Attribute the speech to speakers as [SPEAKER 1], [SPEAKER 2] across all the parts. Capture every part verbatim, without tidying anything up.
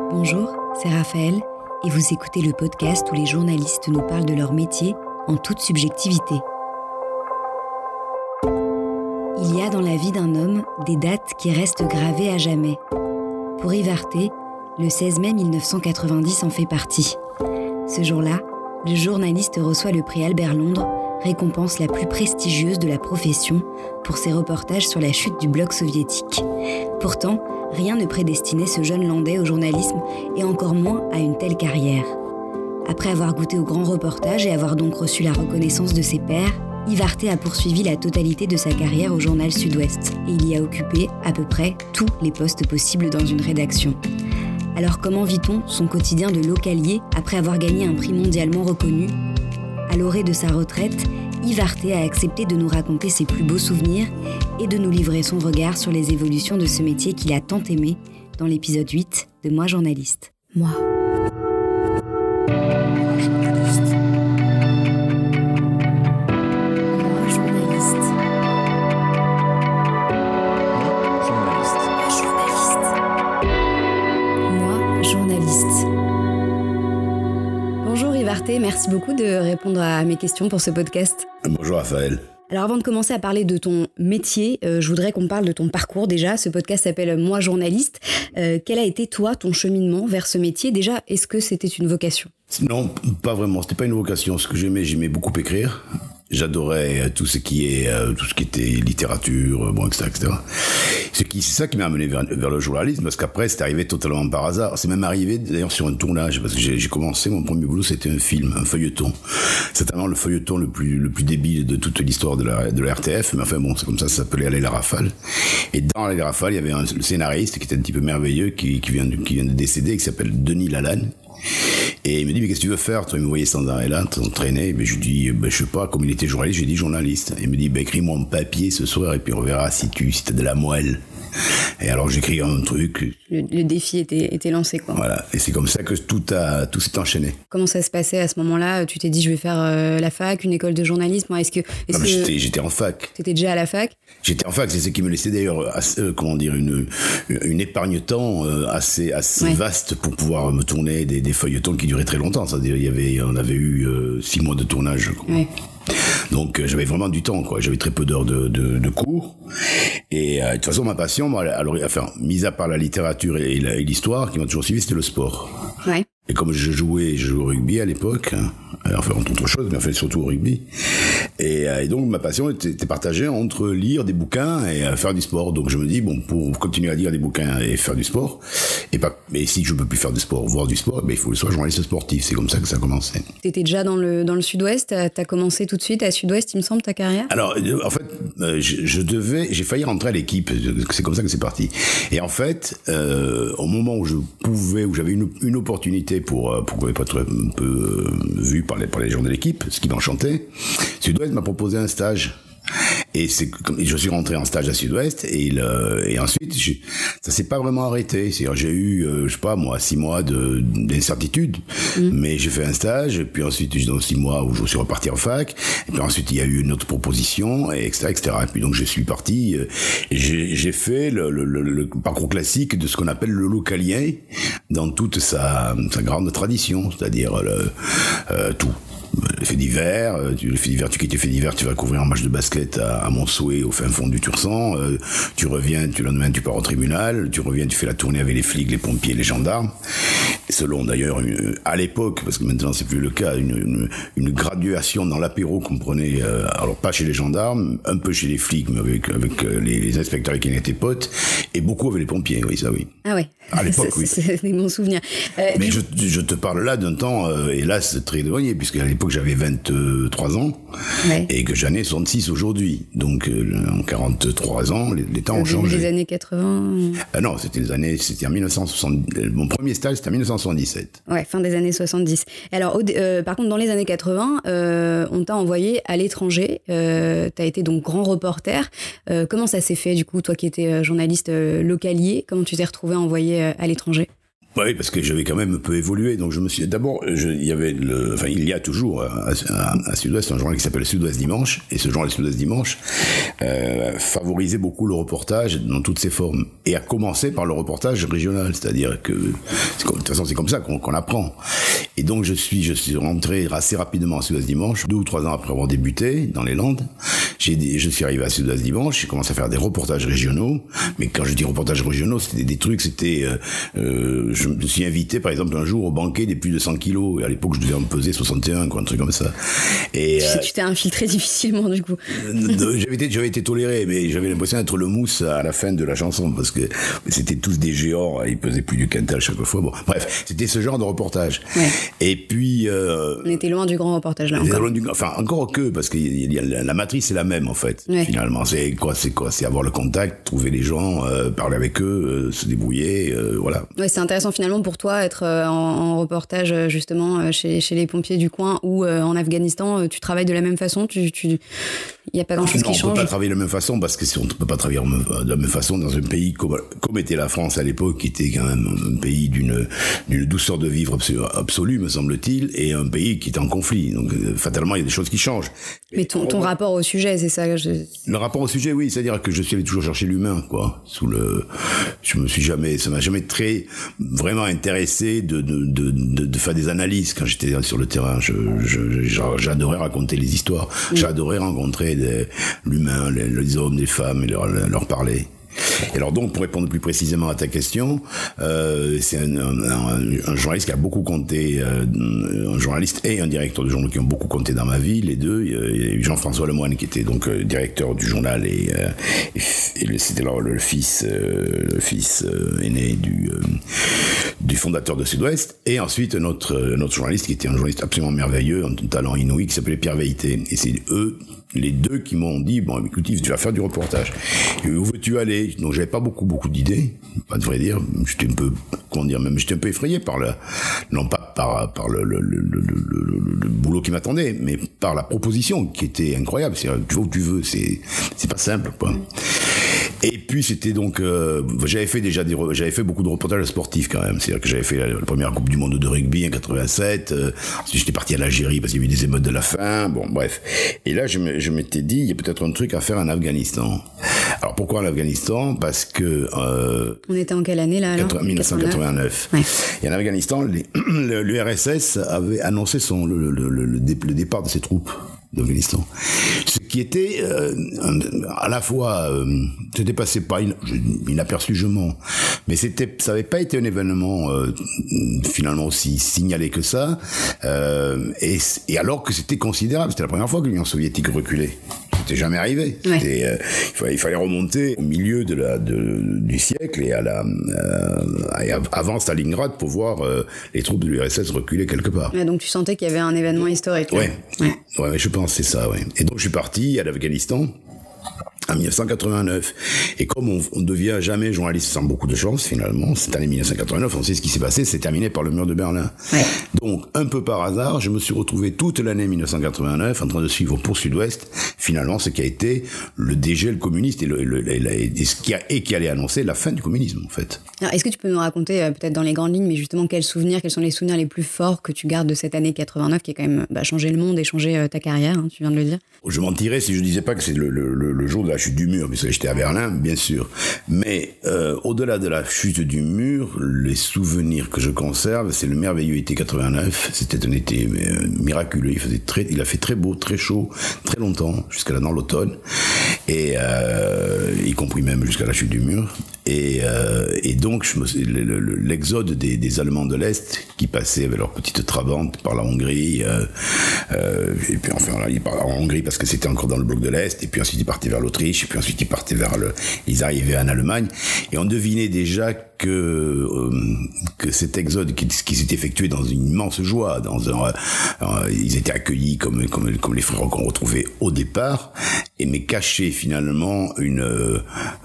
[SPEAKER 1] Bonjour, c'est Raphaël et vous écoutez le podcast où les journalistes nous parlent de leur métier en toute subjectivité. Il y a dans la vie d'un homme des dates qui restent gravées à jamais. Pour Yves Arté, le seize mai mille neuf cent quatre-vingt-dix en fait partie. Ce jour-là, le journaliste reçoit le prix Albert Londres, récompense la plus prestigieuse de la profession, pour ses reportages sur la chute du bloc soviétique. Pourtant, rien ne prédestinait ce jeune Landais au journalisme et encore moins à une telle carrière. Après avoir goûté au grand reportage et avoir donc reçu la reconnaissance de ses pairs, Yves Arté a poursuivi la totalité de sa carrière au journal Sud-Ouest et il y a occupé à peu près tous les postes possibles dans une rédaction. Alors comment vit-on son quotidien de localier après avoir gagné un prix mondialement reconnu ? À l'orée de sa retraite, Yves Arté a accepté de nous raconter ses plus beaux souvenirs et de nous livrer son regard sur les évolutions de ce métier qu'il a tant aimé dans l'épisode huit de Moi journaliste. Moi. Moi journaliste. Moi journaliste. Moi journaliste. Moi journaliste. Bonjour Yves Arté, merci beaucoup de répondre à mes questions pour ce podcast.
[SPEAKER 2] Bonjour Raphaël.
[SPEAKER 1] Alors avant de commencer à parler de ton métier, euh, je voudrais qu'on parle de ton parcours déjà. Ce podcast s'appelle Moi journaliste. Euh, quel a été toi, ton cheminement vers ce métier ? Déjà, est-ce que c'était une vocation ?
[SPEAKER 2] Non, pas vraiment. C'était pas une vocation. Ce que j'aimais, j'aimais beaucoup écrire. J'adorais tout ce qui est euh, tout ce qui était littérature, bon, et cetera, et cetera. Ce qui, c'est ça qui m'a amené vers, vers le journalisme, parce qu'après, c'est arrivé totalement par hasard. C'est même arrivé d'ailleurs sur un tournage, parce que j'ai, j'ai commencé, mon premier boulot, c'était un film, un feuilleton. Certainement le feuilleton le plus le plus débile de toute l'histoire de la de la R T F, mais enfin bon, c'est comme ça, ça s'appelait Aller la rafale. Et dans Aller la rafale, il y avait un le scénariste qui était un petit peu merveilleux, qui qui vient de, qui vient de décéder, qui s'appelle Denis Lalanne. Et il me dit, mais qu'est-ce que tu veux faire? Toi, il me voyait sans arrêt là, t'entraîner. Mais je lui dis, ben, je sais pas, comme il était journaliste, j'ai dit journaliste. Et il me dit, ben, écris-moi un papier ce soir et puis on verra si tu, si t'as de la moelle. Et alors, j'écris un truc.
[SPEAKER 1] Le, le défi était, était lancé, quoi.
[SPEAKER 2] Voilà. Et c'est comme ça que tout a, tout s'est enchaîné.
[SPEAKER 1] Comment ça se passait à ce moment-là? Tu t'es dit, je vais faire euh, la fac, une école de journalisme. Est-ce que, est-ce
[SPEAKER 2] non, mais
[SPEAKER 1] que...
[SPEAKER 2] j'étais, j'étais en fac.
[SPEAKER 1] T'étais déjà à la fac?
[SPEAKER 2] J'étais en fac, c'est ce qui me laissait d'ailleurs, assez, euh, comment dire, une, une épargne-temps euh, assez, assez ouais. vaste pour pouvoir me tourner des, des feuilletons qui duraient très longtemps. C'est-à-dire, il y avait, on avait eu euh, six mois de tournage. Ouais. Donc, euh, j'avais vraiment du temps, quoi. J'avais très peu d'heures de, de, de cours. Et euh, de toute façon, ma passion, moi, alors, enfin, mis à part la littérature et, la, et l'histoire, qui m'a toujours suivi, c'était le sport.
[SPEAKER 1] Ouais.
[SPEAKER 2] Et comme je jouais, je jouais au rugby à l'époque, hein, enfin entre autres choses, mais en fait surtout au rugby. Et, et donc ma passion était, était partagée entre lire des bouquins et euh, faire du sport. Donc je me dis bon, pour continuer à lire des bouquins et faire du sport, et pas, mais si je peux plus faire du sport, voir du sport, ben il faut que je sois journaliste sportif. C'est comme ça que ça a commencé. T'étais
[SPEAKER 1] déjà dans le dans le Sud-Ouest. T'as commencé tout de suite à Sud-Ouest, il me semble, ta carrière.
[SPEAKER 2] Alors en fait, euh, je, je devais, j'ai failli rentrer à l'équipe. C'est comme ça que c'est parti. Et en fait, euh, au moment où je pouvais, où j'avais une, une opportunité pour pour être un peu vu par les par les gens de l'équipe, ce qui m'enchantait, Sud-Ouest m'a proposé un stage. Et c'est comme je suis rentré en stage à Sud-Ouest et il, euh, et ensuite je, ça s'est pas vraiment arrêté. C'est-à-dire j'ai eu euh, je sais pas moi six mois de d'incertitude, mmh. mais j'ai fait un stage et puis ensuite dans six mois où je suis reparti en fac et puis ensuite il y a eu une autre proposition et etc etc. Et puis donc je suis parti euh, et j'ai j'ai fait le, le, le, le parcours classique de ce qu'on appelle le localier dans toute sa sa grande tradition, c'est-à-dire le, euh, tout. Le fait d'hiver, euh, le fait d'hiver, tu quittes le fait d'hiver, tu vas couvrir un match de basket à, à Montsouet, au fin fond du Tursan, euh, tu reviens, tu, le lendemain, tu pars au tribunal, tu reviens, tu fais la tournée avec les flics, les pompiers, les gendarmes. Et selon d'ailleurs, une, à l'époque, parce que maintenant c'est plus le cas, une, une, une graduation dans l'apéro qu'on prenait, euh, alors pas chez les gendarmes, un peu chez les flics, mais avec, avec les, les inspecteurs avec qui on était potes, et beaucoup avec les pompiers, oui, ça oui.
[SPEAKER 1] Ah ouais.
[SPEAKER 2] À l'époque,
[SPEAKER 1] c'est,
[SPEAKER 2] oui.
[SPEAKER 1] C'est des bons souvenirs.
[SPEAKER 2] Euh, Mais je, je te parle là d'un temps, euh, hélas, très éloigné, puisque à l'époque j'avais vingt-trois ans, ouais. et que j'en ai soixante-six aujourd'hui. Donc, euh, en quarante-trois ans, les, les temps ont changé.
[SPEAKER 1] Les années quatre-vingts
[SPEAKER 2] Ah non, c'était les années, c'était en mille neuf cent soixante. Mon premier stage, c'était en mille neuf cent soixante-dix-sept.
[SPEAKER 1] Ouais, fin des années soixante-dix. Alors, au, euh, par contre, dans les années quatre-vingts, euh, on t'a envoyé à l'étranger. Euh, t'as été donc grand reporter. Euh, comment ça s'est fait, du coup, toi qui étais journaliste euh, localier, comment tu t'es retrouvé envoyé euh, à l'étranger ?
[SPEAKER 2] Oui, parce que j'avais quand même un peu évolué. Donc je me suis d'abord, je, il y avait le, enfin il y a toujours à, à, à Sud-Ouest un journal qui s'appelle Sud-Ouest Dimanche, et ce journal Sud-Ouest Dimanche euh, favorisait beaucoup le reportage dans toutes ses formes, et a commencé par le reportage régional, c'est-à-dire que c'est comme, de toute façon c'est comme ça qu'on, qu'on apprend. Et donc je suis, je suis rentré assez rapidement à Sud-Ouest Dimanche, deux ou trois ans après avoir débuté dans les Landes. J'ai, je suis arrivé à Sud-Ouest Dimanche, j'ai commencé à faire des reportages régionaux, mais quand je dis reportages régionaux, c'était des trucs, c'était euh, euh, je me suis invité par exemple un jour au banquet des plus de cent kilos, et à l'époque je devais me peser soixante et un, quoi, un truc comme ça. Et,
[SPEAKER 1] tu, euh, tu t'es infiltré difficilement du coup.
[SPEAKER 2] j'avais, été, j'avais été toléré, mais j'avais l'impression d'être le mousse à la fin de la chanson, parce que c'était tous des géants, ils pesaient plus du quintal chaque fois. Bon, bref, c'était ce genre de reportage.
[SPEAKER 1] Ouais.
[SPEAKER 2] Et puis... Euh,
[SPEAKER 1] on était loin du grand reportage là encore.
[SPEAKER 2] Du, enfin, encore que, parce que y a, la, la matrice est la même en fait, ouais. Finalement. C'est quoi, c'est quoi C'est avoir le contact, trouver les gens, euh, parler avec eux, euh, se débrouiller, euh, voilà.
[SPEAKER 1] Ouais, c'est intéressant finalement pour toi être euh, en, en reportage justement chez, chez les pompiers du coin ou euh, en Afghanistan, tu travailles de la même façon, tu, tu... il n'y a pas grand-chose
[SPEAKER 2] non,
[SPEAKER 1] qui change.
[SPEAKER 2] On ne peut pas travailler de la même façon, parce que si on ne peut pas travailler de la même façon dans un pays comme, comme était la France à l'époque, qui était quand même un pays d'une, d'une douceur de vivre absolue, me semble-t-il, et un pays qui est en conflit. Donc fatalement, il y a des choses qui changent.
[SPEAKER 1] Mais ton, ton rapport au sujet, c'est ça je...
[SPEAKER 2] Le rapport au sujet, oui, c'est-à-dire que je suis allé toujours chercher l'humain, quoi. Sous le, je me suis jamais, ça m'a jamais très vraiment intéressé de de de de, de faire des analyses quand j'étais sur le terrain. Je, je, je j'adorais raconter les histoires, mmh. J'adorais rencontrer des, l'humain, les, les hommes, les femmes, et leur leur parler. Et alors donc, pour répondre plus précisément à ta question, euh, c'est un, un, un journaliste qui a beaucoup compté, euh, un journaliste et un directeur de journal qui ont beaucoup compté dans ma vie, les deux. Il y a eu Jean-François Lemoine qui était donc euh, directeur du journal, et, euh, et, et c'était alors le fils, euh, le fils euh, aîné du, euh, du fondateur de Sud-Ouest. Et ensuite notre notre journaliste qui était un journaliste absolument merveilleux, un talent inouï, qui s'appelait Pierre Veilleté. Et c'est eux, les deux, qui m'ont dit, bon, écoute, tu vas faire du reportage. Et où veux-tu aller? Donc j'avais pas beaucoup beaucoup d'idées, pas de vrai dire. J'étais un peu, comment dire, même j'étais un peu effrayé par le, non pas par par le le le le, le, le boulot qui m'attendait, mais par la proposition qui était incroyable. C'est, tu vois où tu veux, c'est c'est pas simple, quoi. Et puis c'était donc, euh, j'avais fait déjà des, j'avais fait beaucoup de reportages sportifs quand même. C'est-à-dire que j'avais fait la, la première Coupe du Monde de rugby en quatre-vingt-sept. Euh, ensuite j'étais parti à l'Algérie parce qu'il y avait des émeutes de la faim. Bon, bref. Et là je, me, je m'étais dit, il y a peut-être un truc à faire en Afghanistan. Alors pourquoi en Afghanistan? Parce que euh,
[SPEAKER 1] on était en quelle année là alors?
[SPEAKER 2] dix-neuf cent quatre-vingt-neuf. Ouais. Et en Afghanistan, les, le, l'U R S S avait annoncé son le, le, le, le, le départ de ses troupes d'Afghanistan. Ce qui était euh, à la fois, euh, c'était passé pas in, inaperçu, je mens, mais c'était, ça n'avait pas été un événement euh, finalement aussi signalé que ça, euh, et, et alors que c'était considérable, c'était la première fois que l'Union soviétique reculait. C'était jamais arrivé.
[SPEAKER 1] Ouais.
[SPEAKER 2] C'était, euh, il, fallait, il fallait remonter au milieu de la, de, du siècle et à la, euh, avant Stalingrad pour voir euh, les troupes de l'U R S S reculer quelque part.
[SPEAKER 1] Ouais, donc tu sentais qu'il y avait un événement historique.
[SPEAKER 2] Ouais. Ouais. Ouais, je pense que c'est ça, ouais. Et donc je suis parti à l'Afghanistan en dix-neuf cent quatre-vingt-neuf. Et comme on ne devient jamais journaliste sans beaucoup de chance, finalement, cette année dix-neuf cent quatre-vingt-neuf, on sait ce qui s'est passé, c'est terminé par le mur de Berlin.
[SPEAKER 1] Ouais.
[SPEAKER 2] Donc, un peu par hasard, je me suis retrouvé toute l'année dix-neuf cent quatre-vingt-neuf en train de suivre pour Sud-Ouest, finalement, ce qui a été le dégel communiste et, le, le, le, et, ce qui a, et qui allait annoncer la fin du communisme, en fait.
[SPEAKER 1] Alors, est-ce que tu peux nous raconter, euh, peut-être dans les grandes lignes, mais justement, quels souvenirs, quels sont les souvenirs les plus forts que tu gardes de cette année quatre-vingt-neuf, qui a quand même bah, changé le monde et changé euh, ta carrière, hein, tu viens de le dire?
[SPEAKER 2] Je mentirais si je disais pas que c'est le, le, le jour de la chute du mur, puisque j'étais à Berlin, bien sûr. Mais euh, au-delà de la chute du mur, les souvenirs que je conserve, c'est le merveilleux été quatre-vingt-neuf. C'était un été euh, miraculeux. Il faisait très, il a fait très beau, très chaud, très longtemps, jusqu'à là dans l'automne, et euh, y compris même jusqu'à la chute du mur. Et, euh, et donc, je me, le, le, l'exode des, des Allemands de l'Est qui passaient avec leur petite trabante par la Hongrie, euh, euh, et puis enfin, là, ils partaient en Hongrie parce que c'était encore dans le bloc de l'Est, et puis ensuite ils partaient vers l'Autriche, et puis ensuite ils partaient vers le, ils arrivaient en Allemagne, et on devinait déjà que euh, que cet exode qui, qui s'est effectué dans une immense joie, dans un, euh, ils étaient accueillis comme comme comme les frères qu'on retrouvait au départ, et mais cachait finalement une euh,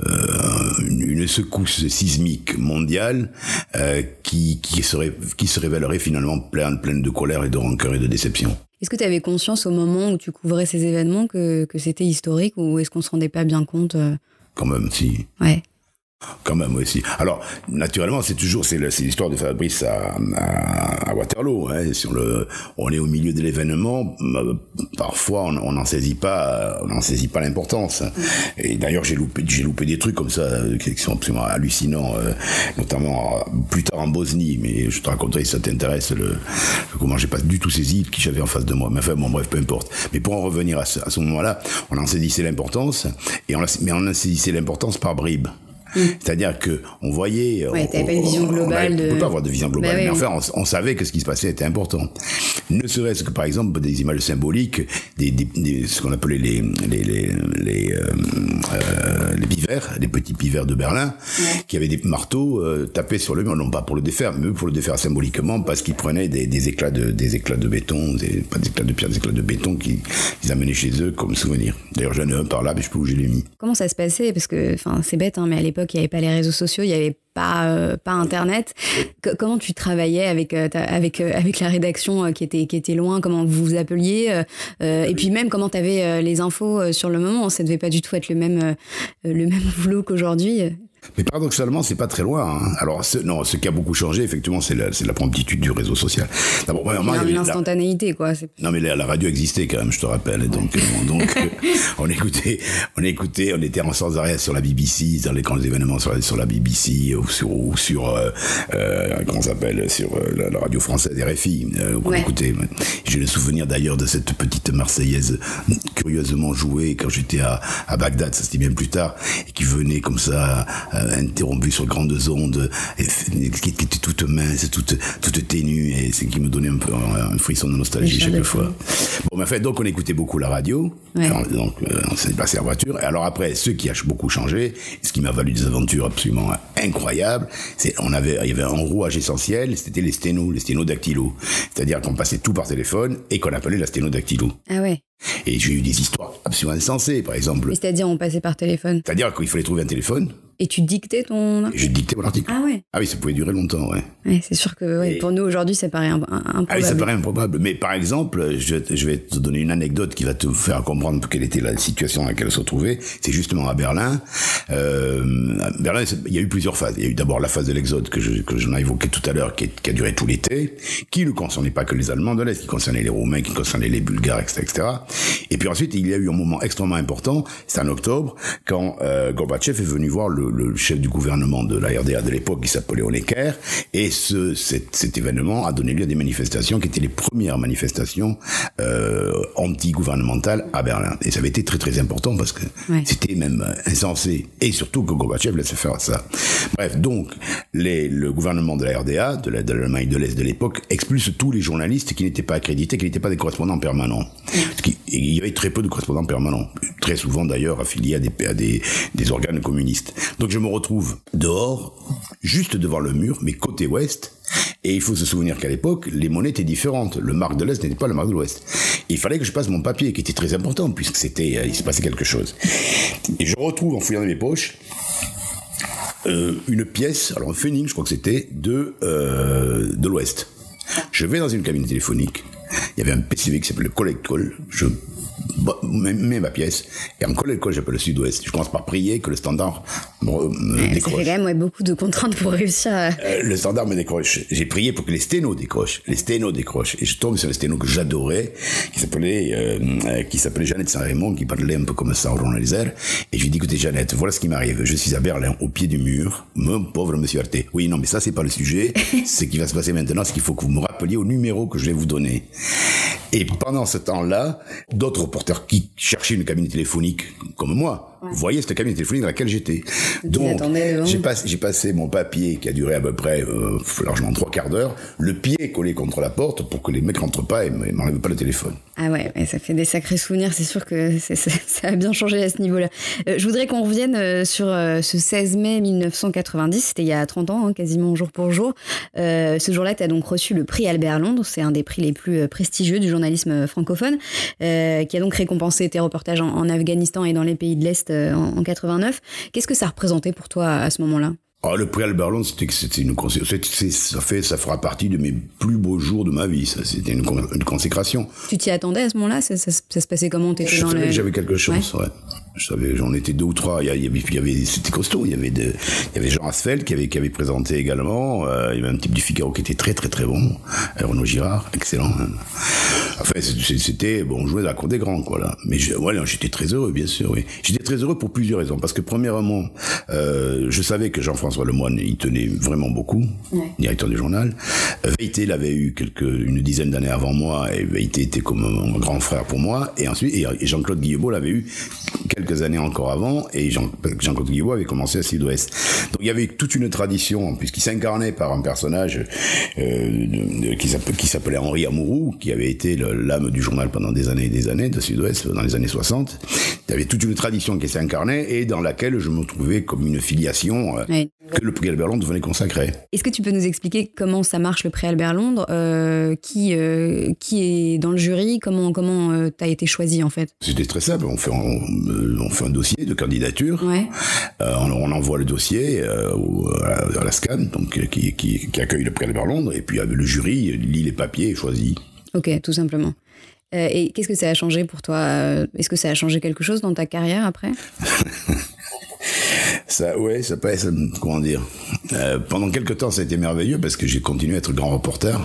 [SPEAKER 2] une, une secousse sismique mondiale euh, qui qui serait qui se révélerait finalement pleine pleine de colère et de rancœur et de déception.
[SPEAKER 1] Est-ce que tu avais conscience au moment où tu couvrais ces événements que que c'était historique, ou est-ce qu'on se rendait pas bien compte euh...
[SPEAKER 2] Quand même, si.
[SPEAKER 1] Ouais.
[SPEAKER 2] Quand même, aussi. Alors, naturellement, c'est toujours, c'est, le, c'est l'histoire de Fabrice à, à, à Waterloo. Hein, sur le, on est au milieu de l'événement. Parfois, on n'en saisit pas, on n'en saisit pas l'importance. Et d'ailleurs, j'ai loupé, j'ai loupé des trucs comme ça qui sont absolument hallucinants, euh, notamment plus tard en Bosnie. Mais je te raconterai si ça t'intéresse le, comment j'ai pas du tout saisi qui j'avais en face de moi. Mais enfin, bon, bref, peu importe. Mais pour en revenir à ce, à ce moment-là, on en saisissait l'importance, et on, mais on en saisissait l'importance par bribes. Mmh. C'est-à-dire que on voyait,
[SPEAKER 1] ouais,
[SPEAKER 2] on,
[SPEAKER 1] t'avais pas une vision globale.
[SPEAKER 2] On ne
[SPEAKER 1] de...
[SPEAKER 2] peut pas avoir de vision globale, bah, mais
[SPEAKER 1] oui,
[SPEAKER 2] enfin, on, on savait que ce qui se passait était important. Ne serait-ce que par exemple des images symboliques, des, des, des ce qu'on appelait les les les les, euh, euh, les pivers, les petits pivers de Berlin, ouais. qui avaient des marteaux euh, tapés sur le mur, non pas pour le défaire, mais pour le défaire symboliquement, parce qu'ils prenaient des, des éclats de des éclats de béton, des, pas des éclats de pierre, des éclats de béton qu'ils, qu'ils amenaient chez eux comme souvenir. D'ailleurs, j'en ai un par là, mais je sais pas où je l'ai mis.
[SPEAKER 1] Comment ça se passait ? Parce que, enfin, c'est bête, hein, mais à l'époque, il n'y avait pas les réseaux sociaux, il n'y avait pas euh, pas Internet. C- comment tu travaillais avec euh, ta, avec euh, avec la rédaction euh, qui était qui était loin ? Comment vous vous appeliez euh, euh, Et puis même comment tu avais euh, les infos euh, sur le moment ? Ça devait pas du tout être le même euh, le même boulot qu'aujourd'hui.
[SPEAKER 2] Mais paradoxalement, c'est pas très loin. Hein. Alors, ce, non, ce qui a beaucoup changé, effectivement, c'est la, c'est la promptitude du réseau social. D'abord,
[SPEAKER 1] premièrement, il y avait l'instantanéité, la... quoi. C'est...
[SPEAKER 2] Non, mais la, la radio existait quand même, je te rappelle. Donc, bon, donc, on écoutait, on écoutait, on était en sans arrêt sur la B B C, dans les grands événements sur la, sur la B B C ou sur, ou sur, euh, euh, comment ça s'appelle, sur euh, la, la radio française R F I, euh, qu'on ouais. écoutait. J'ai le souvenir d'ailleurs de cette petite Marseillaise curieusement jouée quand j'étais à, à Bagdad, ça c'était bien plus tard, et qui venait comme ça. Euh, interrompu sur grandes ondes, et, qui était toute mince, toute, toute ténue, et c'est qui me donnait un peu un, un frisson de nostalgie chaque fois. Bon, mais en fait, donc on écoutait beaucoup la radio, ouais. alors, donc euh, on s'est passé en voiture, et alors après, ce qui a beaucoup changé, ce qui m'a valu des aventures absolument incroyables, c'est on avait, il y avait un rouage essentiel, c'était les sténos, les sténodactylos, c'est-à-dire qu'on passait tout par téléphone et qu'on appelait la sténodactylo.
[SPEAKER 1] Ah ouais.
[SPEAKER 2] Et j'ai eu des histoires absolument insensées, par exemple.
[SPEAKER 1] Mais c'est-à-dire, on passait par téléphone.
[SPEAKER 2] C'est-à-dire qu'il fallait trouver un téléphone.
[SPEAKER 1] Et tu dictais ton...
[SPEAKER 2] Et je dictais mon article.
[SPEAKER 1] Ah ouais.
[SPEAKER 2] Ah oui, ça pouvait durer longtemps, ouais.
[SPEAKER 1] Ouais, c'est sûr que ouais, et... pour nous, aujourd'hui, ça paraît improbable.
[SPEAKER 2] Ah oui, ça paraît improbable. Mais par exemple, je, je vais te donner une anecdote qui va te faire comprendre quelle était la situation dans laquelle on se retrouvait. C'est justement à Berlin. Euh, à Berlin, il y a eu plusieurs phases. Il y a eu d'abord la phase de l'exode que, je, que j'en ai évoqué tout à l'heure, qui, qui a duré tout l'été, qui ne concernait pas que les Allemands de l'Est, qui concernait les Roumains, qui concernait les Bulgares, et cetera, et cetera. Et puis ensuite, il y a eu un moment extrêmement important, c'est en octobre, quand euh, Gorbatchev est venu voir le, le chef du gouvernement de la R D A de l'époque, qui s'appelait Honecker, et ce, cet, cet événement a donné lieu à des manifestations qui étaient les premières manifestations euh, anti-gouvernementales à Berlin. Et ça avait été très très important parce que ouais. c'était même insensé, et surtout que Gorbatchev laissait faire ça. Bref, donc les, le gouvernement de la R D A, de, la, de l'Allemagne de l'Est de l'époque, expulse tous les journalistes qui n'étaient pas accrédités, qui n'étaient pas des correspondants permanents. Parce qu'il y avait très peu de correspondants permanents, très souvent d'ailleurs affiliés à des, à des, des organes communistes. Donc je me retrouve dehors, juste devant le mur, mais côté ouest, et il faut se souvenir qu'à l'époque, les monnaies étaient différentes. Le marque de l'Est n'était pas le marque de l'Ouest. Et il fallait que je passe mon papier, qui était très important, puisque c'était, euh, il se passait quelque chose. Et je retrouve, en fouillant dans mes poches, euh, une pièce, alors un pfennig, je crois que c'était, de, euh, de l'Ouest. Je vais dans une cabine téléphonique. Il y avait un P C V qui s'appelait le Collect Call. Je mets ma pièce, et en Collect Call, j'appelle le Sud-Ouest. Je commence par prier que le standard me, me
[SPEAKER 1] ouais,
[SPEAKER 2] décroche.
[SPEAKER 1] Ça fait quand même ouais, beaucoup de contraintes pour réussir à...
[SPEAKER 2] Euh, le standard me décroche. J'ai prié pour que les sténos décrochent. Les sténos décrochent. Et je tombe sur le sténo que j'adorais, qui s'appelait, euh, qui s'appelait Jeannette Saint-Raymond, qui parlait un peu comme ça au journaliseur. Et je lui dis, écoutez, Jeannette, voilà ce qui m'arrive. Je suis à Berlin, au pied du mur. Mon pauvre monsieur Arte. Oui, non, mais ça, c'est pas le sujet. Ce qui va se passer maintenant, c'est qu'il faut que vous me rappeliez au numéro que je vais vous donner. Et pendant ce temps-là, d'autres reporters qui cherchaient une cabine téléphonique, comme moi, ouais. voyaient cette cabine téléphonique dans laquelle j'étais. Donc, j'ai, pas, j'ai passé mon papier, qui a duré à peu près, euh, largement trois quarts d'heure, le pied collé contre la porte pour que les mecs rentrent pas et m'enlèvent pas le téléphone.
[SPEAKER 1] Ah ouais, ouais, ça fait des sacrés souvenirs, c'est sûr que c'est, ça, ça a bien changé à ce niveau-là. Euh, je voudrais qu'on revienne euh, sur euh, ce seize mai dix-neuf cent quatre-vingt-dix, c'était il y a trente ans, hein, quasiment jour pour jour. Euh, ce jour-là, tu as donc reçu le prix Albert Londres, c'est un des prix les plus prestigieux du journalisme francophone, euh, qui a donc récompensé tes reportages en, en Afghanistan et dans les pays de l'Est euh, en, en quatre-vingt-neuf. Qu'est-ce que ça représentait pour toi à, à ce moment-là ?
[SPEAKER 2] Oh, le prix Albert Londres, c'était, c'était une c'est, ça fait, ça fera partie de mes plus beaux jours de ma vie. Ça, c'était une, une consécration.
[SPEAKER 1] Tu t'y attendais à ce moment-là ? Ça, ça, ça se passait comment ? T'étais
[SPEAKER 2] Je
[SPEAKER 1] dans
[SPEAKER 2] savais
[SPEAKER 1] le...
[SPEAKER 2] que j'avais quelque chose, ouais. ouais. Je savais, j'en étais deux ou trois. Il y avait, il y avait c'était costaud. Il y avait, de, il y avait Jean Asfeld qui avait, qui avait présenté également. Euh, il y avait un type du Figaro qui était très très très bon. Renaud Girard, excellent. Hein. Enfin, c'était, bon, on jouait dans la cour des grands, quoi, là. Mais je, ouais, j'étais très heureux, bien sûr, oui. J'étais très heureux pour plusieurs raisons. Parce que, premièrement, euh, je savais que Jean-François Lemoyne, il tenait vraiment beaucoup, ouais. Directeur du journal. Veilleté l'avait eu quelques, une dizaine d'années avant moi, et Veilleté était comme un grand frère pour moi. Et ensuite, et Jean-Claude Guillebaud l'avait eu quelques années encore avant, et Jean, Jean-Claude Guillebaud avait commencé à Sud-Ouest. Donc il y avait toute une tradition, puisqu'il s'incarnait par un personnage euh, de, de, qui, s'appelait, qui s'appelait Henri Amouroux, qui avait été le, l'âme du journal pendant des années et des années, de Sud-Ouest, dans les années soixante. Il y avait toute une tradition qui s'incarnait, et dans laquelle je me trouvais comme une filiation euh, oui. que le prix Albert Londres venait consacrer.
[SPEAKER 1] Est-ce que tu peux nous expliquer comment ça marche, le prix Albert Londres, euh, qui, euh, qui est dans le jury, comment, comment euh, tu as été choisi en fait?
[SPEAKER 2] C'était très simple, on fait, on, on fait un dossier de candidature, ouais. euh, on, on envoie le dossier euh, au, à, à la SCAN, donc, qui, qui, qui accueille le prix Albert Londres, et puis le jury lit les papiers et choisit.
[SPEAKER 1] Ok, tout simplement. Euh, et qu'est-ce que ça a changé pour toi? Est-ce que ça a changé quelque chose dans ta carrière après?
[SPEAKER 2] Ça, ouais, ça peut être, comment dire, euh, pendant quelques temps ça a été merveilleux parce que j'ai continué à être grand reporter.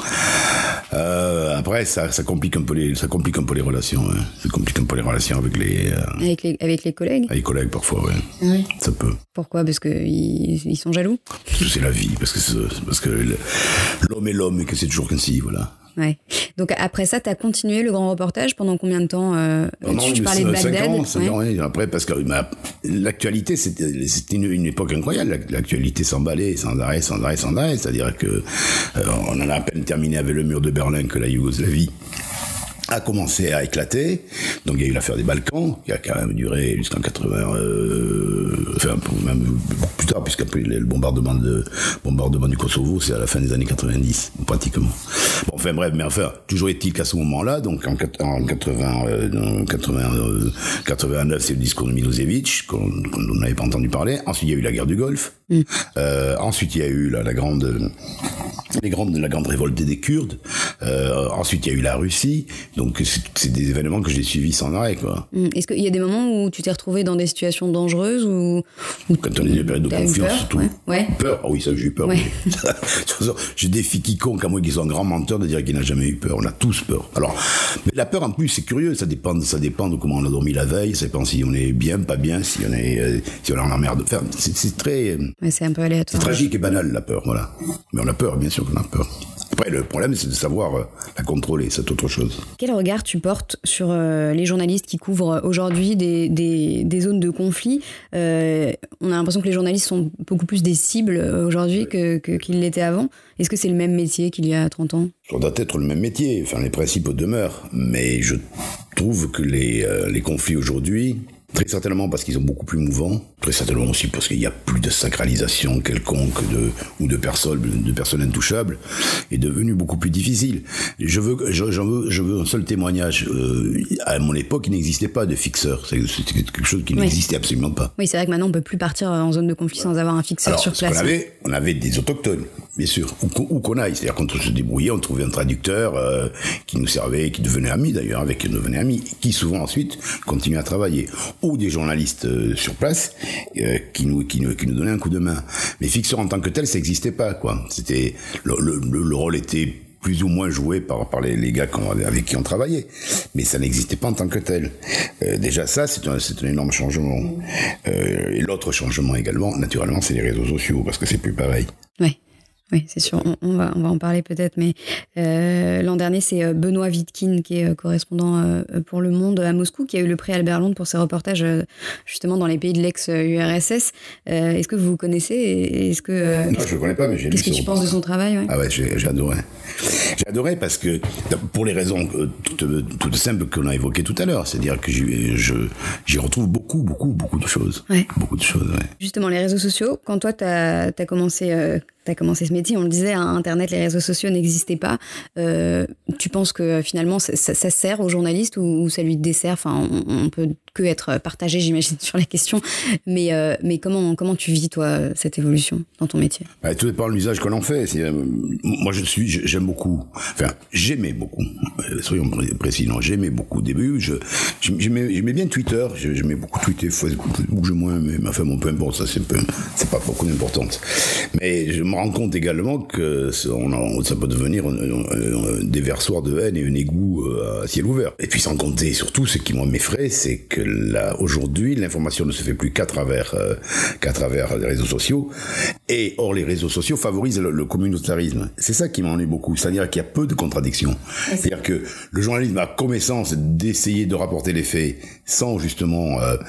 [SPEAKER 2] Euh, après, ça, ça complique un peu les, ça complique un peu les relations. Hein. Ça complique un peu les relations avec les, euh,
[SPEAKER 1] avec les, avec les collègues.
[SPEAKER 2] Avec les collègues parfois, ouais. Oui. Ça peut.
[SPEAKER 1] Pourquoi? Parce que ils, ils sont jaloux.
[SPEAKER 2] Parce que c'est la vie, parce que c'est, parce que le, l'homme est l'homme et que c'est toujours ainsi, voilà.
[SPEAKER 1] Ouais. Donc après ça, tu as continué le grand reportage pendant combien de temps euh,
[SPEAKER 2] non, non, tu parlais de Bagdad. cinq ans, cinq ouais. ans, oui. Après, parce que ma, l'actualité, c'était, c'était une, une époque incroyable. L'actualité s'emballait sans arrêt, sans arrêt, sans arrêt. C'est-à-dire que euh, on en a à peine terminé avec le mur de Berlin que la Yougoslavie a commencé à éclater. Donc il y a eu l'affaire des Balkans, qui a quand même duré jusqu'en quatre-vingts, euh, enfin même plus tard, puisqu'après le bombardement de bombardement du Kosovo, c'est à la fin des années quatre-vingt-dix, pratiquement. Bon, enfin bref, mais enfin, toujours est-il qu'à ce moment-là, donc en, en quatre-vingts, euh, quatre-vingts, euh, quatre-vingt-neuf, c'est le discours de Milosevic, qu'on n'avait pas entendu parler. Ensuite, il y a eu la guerre du Golfe. Mm. Euh, ensuite, il y a eu la, la grande, les grandes, la grande révolte des Kurdes. Euh, ensuite, il y a eu la Russie. Donc, c'est, c'est des événements que j'ai suivis sans arrêt, quoi.
[SPEAKER 1] Est-ce qu'il y a des moments où tu t'es retrouvé dans des situations dangereuses ou, ou
[SPEAKER 2] quand on est dans des périodes de confiance,
[SPEAKER 1] peur,
[SPEAKER 2] surtout.
[SPEAKER 1] Ouais. Ouais.
[SPEAKER 2] Peur? Ah oui, ça, j'ai eu peur. Ouais. Je défie quiconque, à moins qu'ils soient un grand menteur, de dire qu'il n'a jamais eu peur. On a tous peur. Alors, mais la peur, en plus, c'est curieux. Ça dépend, ça dépend de comment on a dormi la veille. Ça dépend si on est bien, pas bien, si on est, euh, si on est en emmerde. Enfin, c'est, c'est très,
[SPEAKER 1] ouais, c'est un peu aléatoire.
[SPEAKER 2] C'est tragique et banal, la peur, voilà. Mais on a peur, bien sûr qu'on a peur. Après, le problème, c'est de savoir euh, la contrôler, c'est autre chose.
[SPEAKER 1] Quel regard tu portes sur euh, les journalistes qui couvrent aujourd'hui des, des, des zones de conflit? euh, On a l'impression que les journalistes sont beaucoup plus des cibles aujourd'hui que, que, qu'ils l'étaient avant. Est-ce que c'est le même métier qu'il y a trente ans?
[SPEAKER 2] Ça doit être le même métier, enfin, les principes demeurent. Mais je trouve que les, euh, les conflits aujourd'hui, très certainement parce qu'ils sont beaucoup plus mouvants, très certainement aussi parce qu'il n'y a plus de sacralisation quelconque de, ou de personnes, de personnes intouchables, est devenu beaucoup plus difficile. Je veux, je, j'en veux, je veux un seul témoignage. Euh, à mon époque, il n'existait pas de fixeur. C'est, c'était quelque chose qui oui. n'existait absolument pas.
[SPEAKER 1] Oui, c'est vrai que maintenant, on peut plus partir en zone de conflit sans avoir un fixeur
[SPEAKER 2] Alors,
[SPEAKER 1] sur place.
[SPEAKER 2] On avait, on avait des autochtones, bien sûr, où, où qu'on aille. C'est-à-dire quand on se débrouillait, on trouvait un traducteur euh, qui nous servait, qui devenait ami d'ailleurs, avec qui devenait ami, qui souvent ensuite continuait à travailler. Ou des journalistes euh, sur place euh, qui nous qui nous qui nous donnaient un coup de main. Mais fixeur en tant que tel, ça n'existait pas, quoi. C'était le, le, le rôle était plus ou moins joué par par les, les gars avec qui on travaillait, mais ça n'existait pas en tant que tel. Euh, déjà ça, c'est un c'est un énorme changement. Euh, et l'autre changement également, naturellement, c'est les réseaux sociaux parce que c'est plus pareil.
[SPEAKER 1] Ouais. Oui, c'est sûr, on, on, va, on va en parler peut-être, mais euh, l'an dernier, c'est Benoît Vitkine, qui est correspondant euh, pour Le Monde à Moscou, qui a eu le prix Albert Londres pour ses reportages euh, justement dans les pays de l'ex-U R S S. Euh, est-ce que vous vous connaissez et est-ce que, euh,
[SPEAKER 2] Non, je ne le connais pas, mais j'ai lu.
[SPEAKER 1] Qu'est-ce que tu penses de son travail? Ouais.
[SPEAKER 2] Ah ouais, j'ai, j'ai adoré. J'ai adoré parce que, pour les raisons toutes, toutes simples qu'on a évoquées tout à l'heure, c'est-à-dire que j'y, je, j'y retrouve beaucoup, beaucoup, beaucoup de choses. Ouais. Beaucoup de choses, ouais.
[SPEAKER 1] Justement, les réseaux sociaux, quand toi, tu as commencé... Euh, tu as commencé ce métier, on le disait, hein, Internet, les réseaux sociaux n'existaient pas. Euh, tu penses que finalement, ça, ça, ça sert aux journalistes ou, ou ça lui dessert? Enfin, on, on peut que être partagé, j'imagine, sur la question. Mais, euh, mais comment, comment tu vis, toi, cette évolution dans ton métier?
[SPEAKER 2] Bah, tout dépend de l'usage que l'on fait. C'est, euh, moi, je suis, j'aime beaucoup. Enfin, j'aimais beaucoup. Euh, soyons précis, non, j'aimais beaucoup. Au début, je, j'aimais, j'aimais bien Twitter. J'aimais beaucoup tweeter, Facebook, je moins, mais enfin, bon, peu importe, ça, c'est, peu, c'est pas beaucoup d'importance. Mais je me rends compte également que on a, ça peut devenir un, un, un déversoir de haine et un égout à ciel ouvert. Et puis, sans compter, surtout, ce qui m'effraie, c'est que là, aujourd'hui, l'information ne se fait plus qu'à travers, euh, qu'à travers les réseaux sociaux. Et or, les réseaux sociaux favorisent le, le communautarisme. C'est ça qui m'ennuie beaucoup. C'est-à-dire qu'il y a peu de contradictions. C'est-à-dire que le journalisme a comnaissance d'essayer de rapporter les faits sans justement, euh,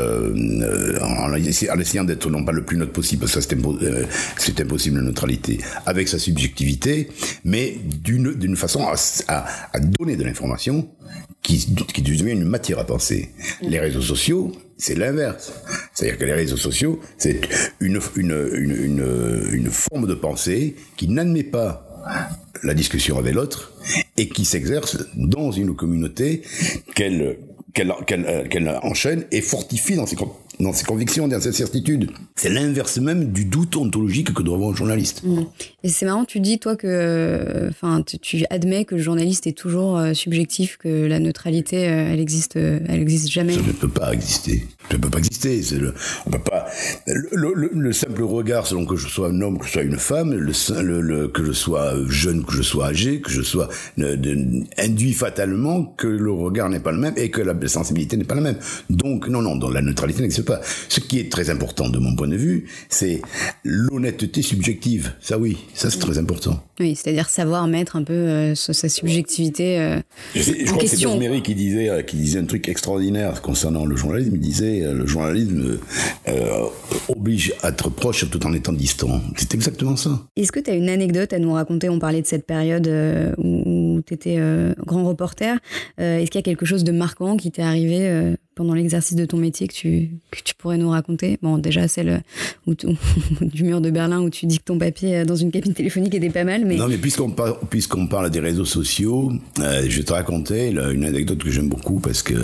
[SPEAKER 2] euh, en, en essayant d'être non pas le plus neutre possible, parce que ça c'est, impo- euh, c'est impossible la neutralité, avec sa subjectivité, mais d'une, d'une façon à, à, à donner de l'information qui, qui devient une matière à penser. Les réseaux sociaux, c'est l'inverse. C'est-à-dire que les réseaux sociaux, c'est une, une, une, une, une forme de pensée qui n'admet pas la discussion avec l'autre et qui s'exerce dans une communauté qu'elle, qu'elle, qu'elle, qu'elle enchaîne et fortifie dans ses, dans ses convictions, dans ses certitudes. C'est l'inverse même du doute ontologique que doit avoir un journaliste.
[SPEAKER 1] Mmh. Et c'est marrant, tu dis, toi, que enfin, tu, tu admets que le journaliste est toujours euh, subjectif, que la neutralité, euh, elle existe, euh, elle existe jamais.
[SPEAKER 2] Ça ne peut pas exister. Ça ne peut pas exister. C'est le, on peut pas. Le, le, le simple regard, selon que je sois un homme, que je sois une femme, le, le, le, que je sois jeune, que je sois âgé, que je sois ne, de, induit fatalement que le regard n'est pas le même et que la sensibilité n'est pas la même. Donc, non, non, donc la neutralité n'existe pas. Ce qui est très important de mon point de vue, c'est l'honnêteté subjective. Ça, oui, ça c'est très important.
[SPEAKER 1] Oui, c'est-à-dire savoir mettre un peu euh, sa subjectivité euh,
[SPEAKER 2] je, sais, je
[SPEAKER 1] en
[SPEAKER 2] crois
[SPEAKER 1] question.
[SPEAKER 2] Que c'est Rosemary qui disait, euh, qui disait un truc extraordinaire concernant le journalisme. Il disait, euh, le journalisme euh, oblige à être proche tout en étant distant. C'est exactement ça.
[SPEAKER 1] Est-ce que tu as une anecdote à nous raconter? On parlait de cette période euh, où, où tu étais euh, grand reporter. Euh, est-ce qu'il y a quelque chose de marquant qui t'est arrivé euh, pendant l'exercice de ton métier que tu, que tu pourrais nous raconter? Bon, déjà, celle où tu, du mur de Berlin où tu dis que ton papier dans une cabine téléphonique était pas mal. Mais...
[SPEAKER 2] Non, mais puisqu'on, par, puisqu'on parle des réseaux sociaux, euh, je vais te raconter là, une anecdote que j'aime beaucoup parce que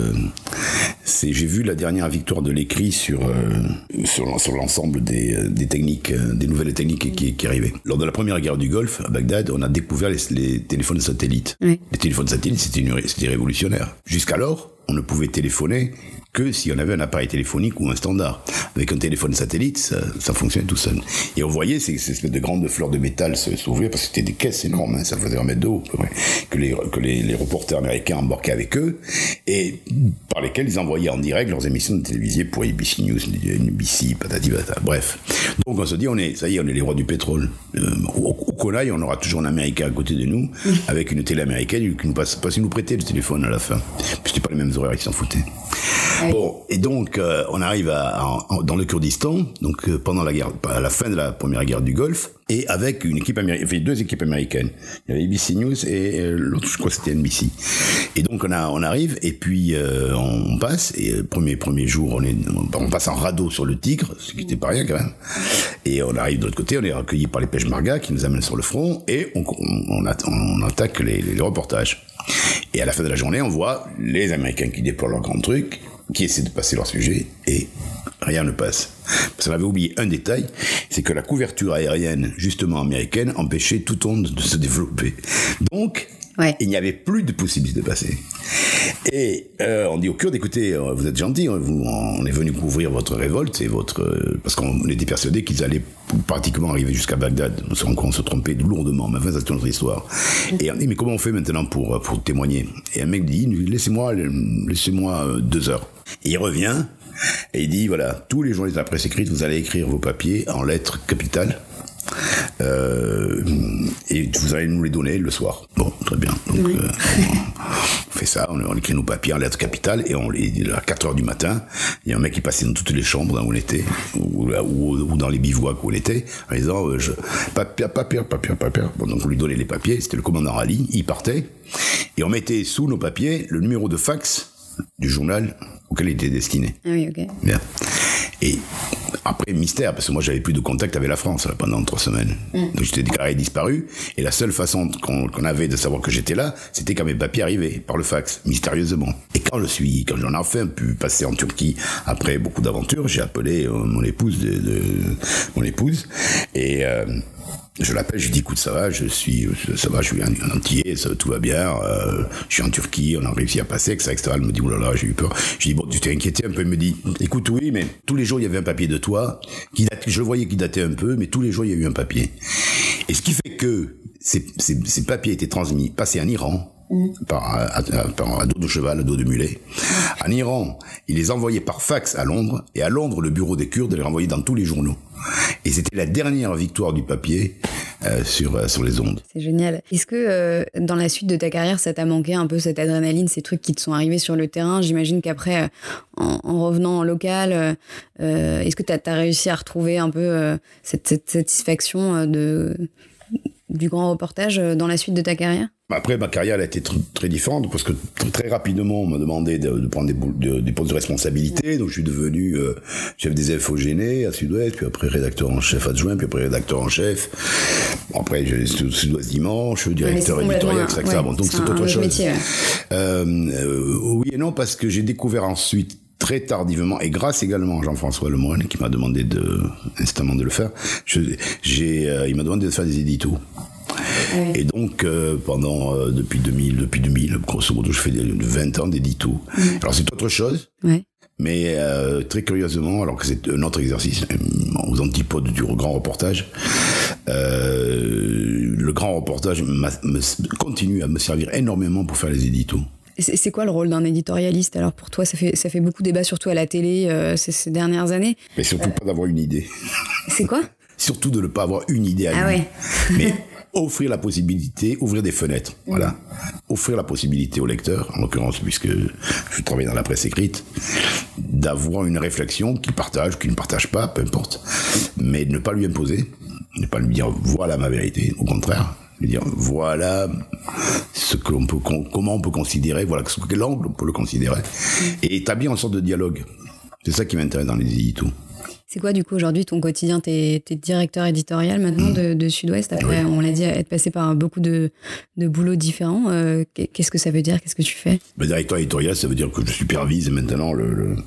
[SPEAKER 2] c'est, j'ai vu la dernière victoire de l'écrit sur, euh, sur, sur l'ensemble des, des techniques, des nouvelles techniques qui, qui arrivaient. Lors de la première guerre du Golfe, à Bagdad, on a découvert les, les téléphones satellites. Oui. Les téléphones satellites, c'était, une, c'était révolutionnaire. Jusqu'alors, on ne pouvait téléphoner que si on avait un appareil téléphonique ou un standard. Avec un téléphone satellite, ça, ça fonctionnait tout seul. Et on voyait ces, ces espèces de grandes fleurs de métal se s'ouvrir, parce que c'était des caisses énormes, hein, ça faisait un mètre d'eau, que les, que les, les reporters américains embarquaient avec eux, et par lesquels ils envoyaient en direct leurs émissions de télévision pour A B C News, N B C, patati patata, bref. Donc on se dit, on est, ça y est, on est les rois du pétrole. Euh, où, où qu'on aille, on aura toujours un Américain à côté de nous, avec une télé américaine, qui nous passe, passe nous prêter le téléphone à la fin. Puis c'était pas les mêmes horaires, ils s'en foutaient. Bon, et donc euh, on arrive à, en, dans le Kurdistan, donc euh, pendant la guerre, à la fin de la première guerre du Golfe, et avec une équipe américaine, enfin deux équipes américaines. Il y avait A B C News et euh, l'autre, je crois que c'était N B C. Et donc on a, on arrive et puis euh, on passe et euh, premier premier jour, on est, on passe en radeau sur le Tigre, ce qui n'était pas rien quand même. Et on arrive de l'autre côté, on est recueillis par les Peshmerga qui nous amènent sur le front et on, on, on, atta- on attaque les, les reportages. Et à la fin de la journée, on voit les Américains qui déploient leur grand truc, qui essaient de passer leur sujet, et rien ne passe. Parce qu'on avait oublié un détail, c'est que la couverture aérienne, justement américaine, empêchait toute onde de se développer. Donc, ouais. Il n'y avait plus de possibilité de passer. Et euh, on dit aux Kurdes, écoutez, vous êtes gentils, vous, on est venu couvrir votre révolte, et votre, euh, parce qu'on était persuadés qu'ils allaient pratiquement arriver jusqu'à Bagdad. On se rend compte, on se trompait lourdement, mais enfin, ça c'est notre histoire. Et on dit, mais comment on fait maintenant pour, pour témoigner? Et un mec dit, laissez-moi, laissez-moi deux heures. Et il revient, et il dit, voilà, tous les journalistes de la presse écrite, vous allez écrire vos papiers en lettres capitales, euh, et vous allez nous les donner le soir. Bon, très bien. Donc, oui. euh, on fait ça, on, on écrit nos papiers en lettres capitales, et on les, à quatre heures du matin, il y a un mec qui passait dans toutes les chambres où on était, ou, ou, ou dans les bivouacs où on était, en disant, euh, je, papier, papier, papier, papier. Bon, donc on lui donnait les papiers, c'était le commandant Ali, il partait, et on mettait sous nos papiers le numéro de fax du journal auquel il était destiné.
[SPEAKER 1] Ah oui, ok.
[SPEAKER 2] Bien. Et après, mystère, parce que moi, j'avais plus de contact avec la France là, pendant trois semaines. Mmh. Donc, j'étais déclaré disparu. Et la seule façon qu'on, qu'on avait de savoir que j'étais là, c'était quand mes papiers arrivaient, par le fax, mystérieusement. Et quand je suis, quand j'en ai enfin pu passer en Turquie, après beaucoup d'aventures, j'ai appelé euh, mon épouse, de, de, mon épouse, et... Euh, je l'appelle, je lui dis, écoute, ça va, je suis, ça va, je suis un, un entier, ça, tout va bien, euh, je suis en Turquie, on a réussi à passer, et cetera, et cetera. Elle me dit, oulala, j'ai eu peur. Je dis, bon, tu t'es inquiété un peu? Elle me dit, écoute, oui, mais tous les jours, il y avait un papier de toi, qui date, je le voyais qui datait un peu, mais tous les jours, il y a eu un papier. Et ce qui fait que ces, ces, ces papiers étaient transmis, passés en Iran, Mmh. Par, à, à, par à dos de cheval, à dos de mulet. En Iran, ils les envoyaient par fax à Londres, et à Londres, le bureau des Kurdes les renvoyait dans tous les journaux. Et c'était la dernière victoire du papier euh, sur, euh, sur les ondes.
[SPEAKER 1] C'est génial. Est-ce que euh, dans la suite de ta carrière, ça t'a manqué un peu cette adrénaline, ces trucs qui te sont arrivés sur le terrain? J'imagine qu'après, euh, en, en revenant en local, euh, est-ce que t'as, t'as réussi à retrouver un peu euh, cette, cette satisfaction de, du grand reportage dans la suite de ta carrière?
[SPEAKER 2] Après, ma carrière elle a été tr- très différente parce que t- très rapidement, on m'a demandé de, de prendre des, boules, de, des postes de responsabilité. Donc, je suis devenu euh, chef des Infogénés à Sud-Ouest, puis après rédacteur en chef adjoint, puis après rédacteur en chef. Bon, après, j'ai Sud-Ouest Dimanche, directeur
[SPEAKER 1] ouais,
[SPEAKER 2] éditorial, et cetera.
[SPEAKER 1] Ouais,
[SPEAKER 2] bon, donc, c'est,
[SPEAKER 1] c'est
[SPEAKER 2] autre chose.
[SPEAKER 1] Métier, ouais.
[SPEAKER 2] euh, euh, oui et non, parce que j'ai découvert ensuite, très tardivement, et grâce également à Jean-François Lemoyne, qui m'a demandé de, instamment de le faire, je, j'ai, euh, il m'a demandé de faire des éditos. Ouais. Et donc, euh, pendant, euh, depuis deux mille, depuis deux mille, grosso modo, je fais des, vingt ans d'édito. Mmh. Alors, c'est autre chose. Ouais. Mais, euh, très curieusement, alors que c'est un autre exercice, aux antipodes du grand reportage, euh, le grand reportage m'a, me, continue à me servir énormément pour faire les éditos.
[SPEAKER 1] C'est, c'est quoi le rôle d'un éditorialiste? Alors, pour toi, ça fait, ça fait beaucoup débat, surtout à la télé, euh, ces, ces dernières années.
[SPEAKER 2] Mais surtout euh... pas d'avoir une idée.
[SPEAKER 1] C'est quoi? Surtout
[SPEAKER 2] de ne pas avoir une idée à
[SPEAKER 1] ah
[SPEAKER 2] lui.
[SPEAKER 1] Ouais.
[SPEAKER 2] Mais offrir la possibilité, ouvrir des fenêtres, mmh. voilà. Offrir la possibilité au lecteur, en l'occurrence, puisque je travaille dans la presse écrite, d'avoir une réflexion qu'il partage, qu'il ne partage pas, peu importe, mais de ne pas lui imposer, ne pas lui dire voilà ma vérité, au contraire, lui dire voilà ce que l'on peut, comment on peut considérer, voilà sous quel angle on peut le considérer, et établir une sorte de dialogue. C'est ça qui m'intéresse dans les éditos.
[SPEAKER 1] C'est quoi, du coup, aujourd'hui, ton quotidien? T'es, t'es directeur éditorial maintenant de, de Sud-Ouest. Après, oui. On l'a dit, être passé par beaucoup de, de boulots différents. Euh, qu'est-ce que ça veut dire? Qu'est-ce que tu fais?
[SPEAKER 2] Le directeur éditorial, ça veut dire que je supervise maintenant le, le,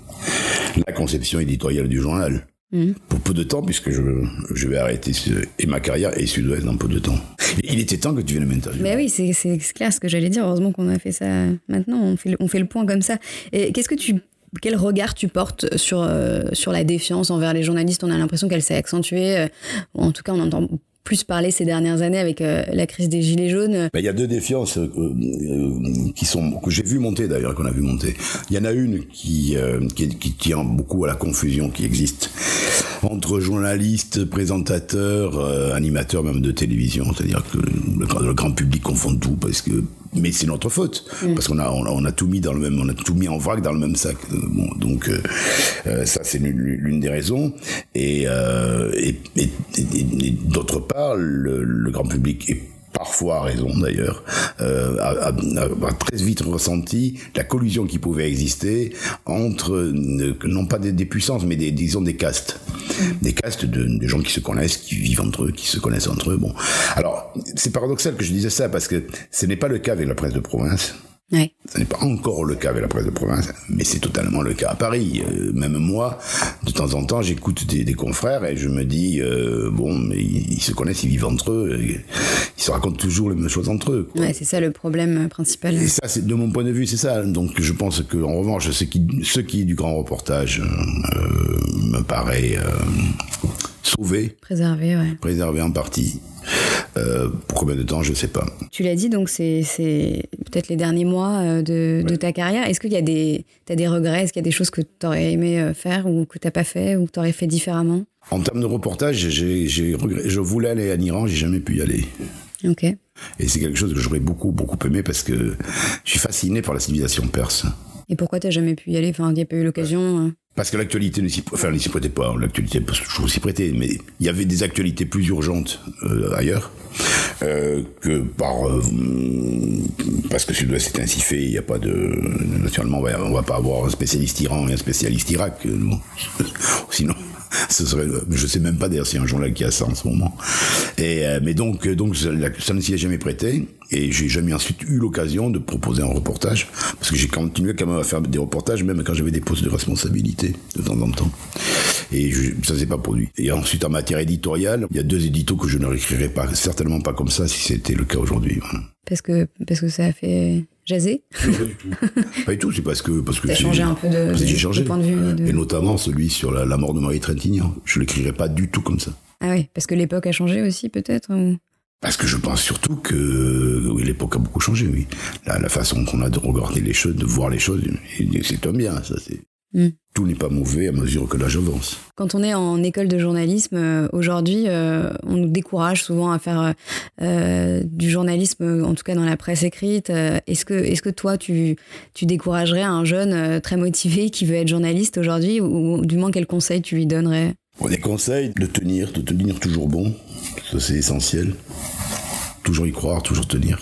[SPEAKER 2] la conception éditoriale du journal. Mmh. Pour peu de temps, puisque je, je vais arrêter et ma carrière et Sud-Ouest dans peu de temps. Et il était temps que tu viennes m'interviewer.
[SPEAKER 1] Mais oui, c'est, c'est, c'est clair ce que j'allais dire. Heureusement qu'on a fait ça maintenant. On fait, on fait le point comme ça. Et qu'est-ce que tu... Quel regard tu portes sur, euh, sur la défiance envers les journalistes? On a l'impression qu'elle s'est accentuée. Euh, en tout cas, on entend plus parler ces dernières années avec euh, la crise des Gilets jaunes.
[SPEAKER 2] Ben, il y a deux défiances euh, euh, qui sont, que j'ai vu monter d'ailleurs, qu'on a vu monter. Il y en a une qui, euh, qui, qui tient beaucoup à la confusion qui existe entre journalistes, présentateurs, euh, animateurs même de télévision. C'est-à-dire que le, le grand public confond tout parce que... Mais c'est notre faute, mmh. parce qu'on a, on a, on a tout mis dans le même, on a tout mis en vrac dans le même sac. Bon, donc euh, euh, ça c'est l'une, l'une des raisons. Et, euh, et, et, et, et d'autre part, le, le grand public est parfois a raison d'ailleurs, euh, a, a, a très vite ressenti la collusion qui pouvait exister entre, euh, non pas des, des puissances, mais des, disons des castes. Mmh. Des castes de, de gens qui se connaissent, qui vivent entre eux, qui se connaissent entre eux. Bon. Alors, c'est paradoxal que je disais ça, parce que ce n'est pas le cas avec la presse de province.
[SPEAKER 1] Ouais.
[SPEAKER 2] Ce n'est pas encore le cas avec la presse de province, mais c'est totalement le cas à Paris. Euh, même moi, de temps en temps, j'écoute des, des confrères et je me dis, euh, bon, mais ils, ils se connaissent, ils vivent entre eux, ils se racontent toujours les mêmes choses entre eux, quoi.
[SPEAKER 1] Ouais, c'est ça le problème principal.
[SPEAKER 2] Et ça, c'est, de mon point de vue, c'est ça. Donc, je pense que, en revanche, ce qui, ce qui est du grand reportage euh, me paraît euh, sauvé,
[SPEAKER 1] préservé, ouais,
[SPEAKER 2] préservé en partie. Euh, pour combien de temps, je ne sais pas.
[SPEAKER 1] Tu l'as dit, donc c'est, c'est peut-être les derniers mois de, ouais. de ta carrière. Est-ce qu'il y a des, t'as des regrets? Est-ce qu'il y a des choses que tu aurais aimé faire ou que tu n'as pas fait ou que tu aurais fait différemment?
[SPEAKER 2] En termes de reportage, j'ai, j'ai regret, je voulais aller en Iran, j'ai jamais pu y aller.
[SPEAKER 1] Ok.
[SPEAKER 2] Et c'est quelque chose que j'aurais beaucoup, beaucoup aimé parce que je suis fasciné par la civilisation perse.
[SPEAKER 1] Et pourquoi t'as jamais pu y aller? Enfin, il n'y a pas eu l'occasion?
[SPEAKER 2] Parce que l'actualité ne s'y, enfin, ne s'y prêtait pas. L'actualité peut toujours s'y prêter, mais il y avait des actualités plus urgentes euh, ailleurs euh, que par euh, parce que Sud-Ouest est ainsi fait. Il n'y a pas de naturellement on va, on va pas avoir un spécialiste Iran et un spécialiste Irak. Euh, sinon, Ce serait, je sais même pas d'ailleurs s'il y a un journal qui a ça en ce moment. Et euh, mais donc donc ça, ça ne s'y est jamais prêté. Et j'ai jamais ensuite eu l'occasion de proposer un reportage, parce que j'ai continué quand même à faire des reportages, même quand j'avais des postes de responsabilité, de temps en temps. Et je, ça s'est pas produit. Et ensuite, en matière éditoriale, il y a deux éditos que je ne réécrirais pas, certainement pas comme ça, si c'était le cas aujourd'hui. Voilà.
[SPEAKER 1] Parce que, parce que ça a fait jaser ?
[SPEAKER 2] Non, pas du tout. Pas du tout, c'est parce que... Parce que
[SPEAKER 1] ça a changé un peu de, de,
[SPEAKER 2] j'ai changé.
[SPEAKER 1] de point de vue. De...
[SPEAKER 2] Et notamment celui sur la, la mort de Marie Trintignant. Je ne l'écrirais pas du tout comme ça.
[SPEAKER 1] Ah oui, parce que l'époque a changé aussi, peut-être ou...
[SPEAKER 2] Parce que je pense surtout que oui, l'époque a beaucoup changé, oui. La, la façon qu'on a de regarder les choses, de voir les choses, c'est un bien, ça. C'est... Mm. Tout n'est pas mauvais à mesure que l'âge avance.
[SPEAKER 1] Quand on est en école de journalisme, euh, aujourd'hui, euh, on nous décourage souvent à faire euh, du journalisme, en tout cas dans la presse écrite. Euh, est-ce que, est-ce que toi, tu, tu découragerais un jeune euh, très motivé qui veut être journaliste aujourd'hui, ou, ou du moins quels conseils tu lui donnerais ?
[SPEAKER 2] Bon, des conseils, de tenir, de tenir toujours bon, ça c'est essentiel. Toujours y croire, toujours tenir.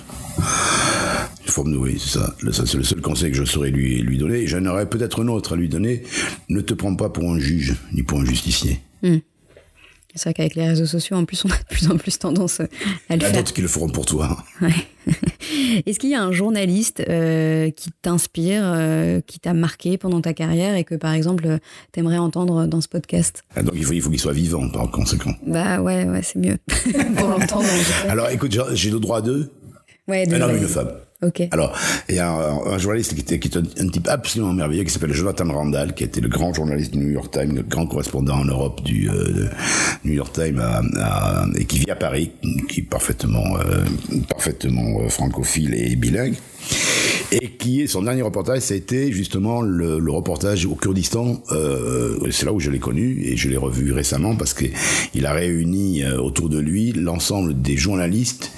[SPEAKER 2] Une forme de oui, c'est ça. ça. C'est le seul conseil que je saurais lui, lui donner. Et j'en aurais peut-être un autre à lui donner. Ne te prends pas pour un juge, ni pour un justicier. Mmh.
[SPEAKER 1] C'est vrai qu'avec les réseaux sociaux, en plus, on a de plus en plus tendance à le
[SPEAKER 2] Il y a
[SPEAKER 1] faire.
[SPEAKER 2] d'autres qui le feront pour toi.
[SPEAKER 1] Ouais. Est-ce qu'il y a un journaliste euh, qui t'inspire, euh, qui t'a marqué pendant ta carrière et que, par exemple, t'aimerais entendre dans ce podcast ?
[SPEAKER 2] Ah, donc il faut, il faut qu'il soit vivant, par conséquent.
[SPEAKER 1] Bah ouais, ouais, c'est mieux pour l'entendre.
[SPEAKER 2] Alors écoute, j'ai le droit d'eux.
[SPEAKER 1] Ouais,
[SPEAKER 2] un homme et une femme.
[SPEAKER 1] Okay.
[SPEAKER 2] Alors, il y a un, un journaliste qui, était, qui est un, un type absolument merveilleux qui s'appelle Jonathan Randall, qui était le grand journaliste du New York Times, le grand correspondant en Europe du euh, New York Times, à, à, et qui vit à Paris, qui est parfaitement, euh, parfaitement euh, francophile et bilingue. Et qui est son dernier reportage, ça a été justement le, le reportage au Kurdistan. Euh, c'est là où je l'ai connu et je l'ai revu récemment parce que il a réuni euh, autour de lui l'ensemble des journalistes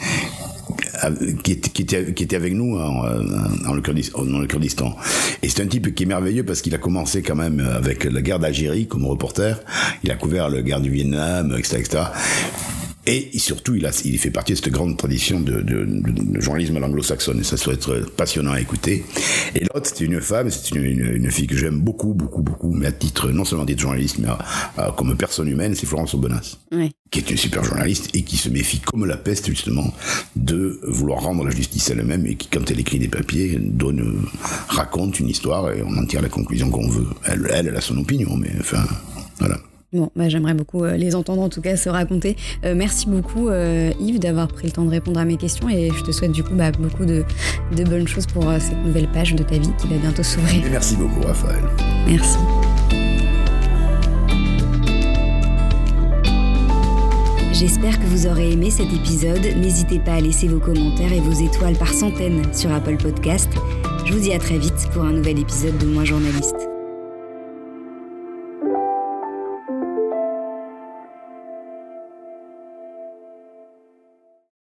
[SPEAKER 2] qui était, qui était, qui était avec nous en, en, le Kurdistan, dans le Kurdistan. Et c'est un type qui est merveilleux parce qu'il a commencé quand même avec la guerre d'Algérie comme reporter. Il a couvert la guerre du Vietnam, et cetera, et cetera. Et surtout, il, a, il fait partie de cette grande tradition de, de, de, de journalisme à l'anglo-saxonne. Et ça doit être passionnant à écouter. Et l'autre, c'est une femme, c'est une, une, une fille que j'aime beaucoup, beaucoup, beaucoup, mais à titre, non seulement d'être journaliste, mais à, à, comme personne humaine, c'est Florence Aubenas. Oui. Qui est une super journaliste et qui se méfie comme la peste, justement, de vouloir rendre la justice elle-même et qui, quand elle écrit des papiers, donne, raconte une histoire et on en tire la conclusion qu'on veut. Elle, elle, elle a son opinion, mais enfin, voilà.
[SPEAKER 1] Bon, bah, j'aimerais beaucoup euh, les entendre en tout cas se raconter. Euh, merci beaucoup euh, Yves d'avoir pris le temps de répondre à mes questions et je te souhaite du coup bah, beaucoup de, de bonnes choses pour euh, cette nouvelle page de ta vie qui va bientôt s'ouvrir.
[SPEAKER 2] Et merci beaucoup Raphaël.
[SPEAKER 1] Merci.
[SPEAKER 3] J'espère que vous aurez aimé cet épisode. N'hésitez pas à laisser vos commentaires et vos étoiles par centaines sur Apple Podcast. Je vous dis à très vite pour un nouvel épisode de Moi Journaliste.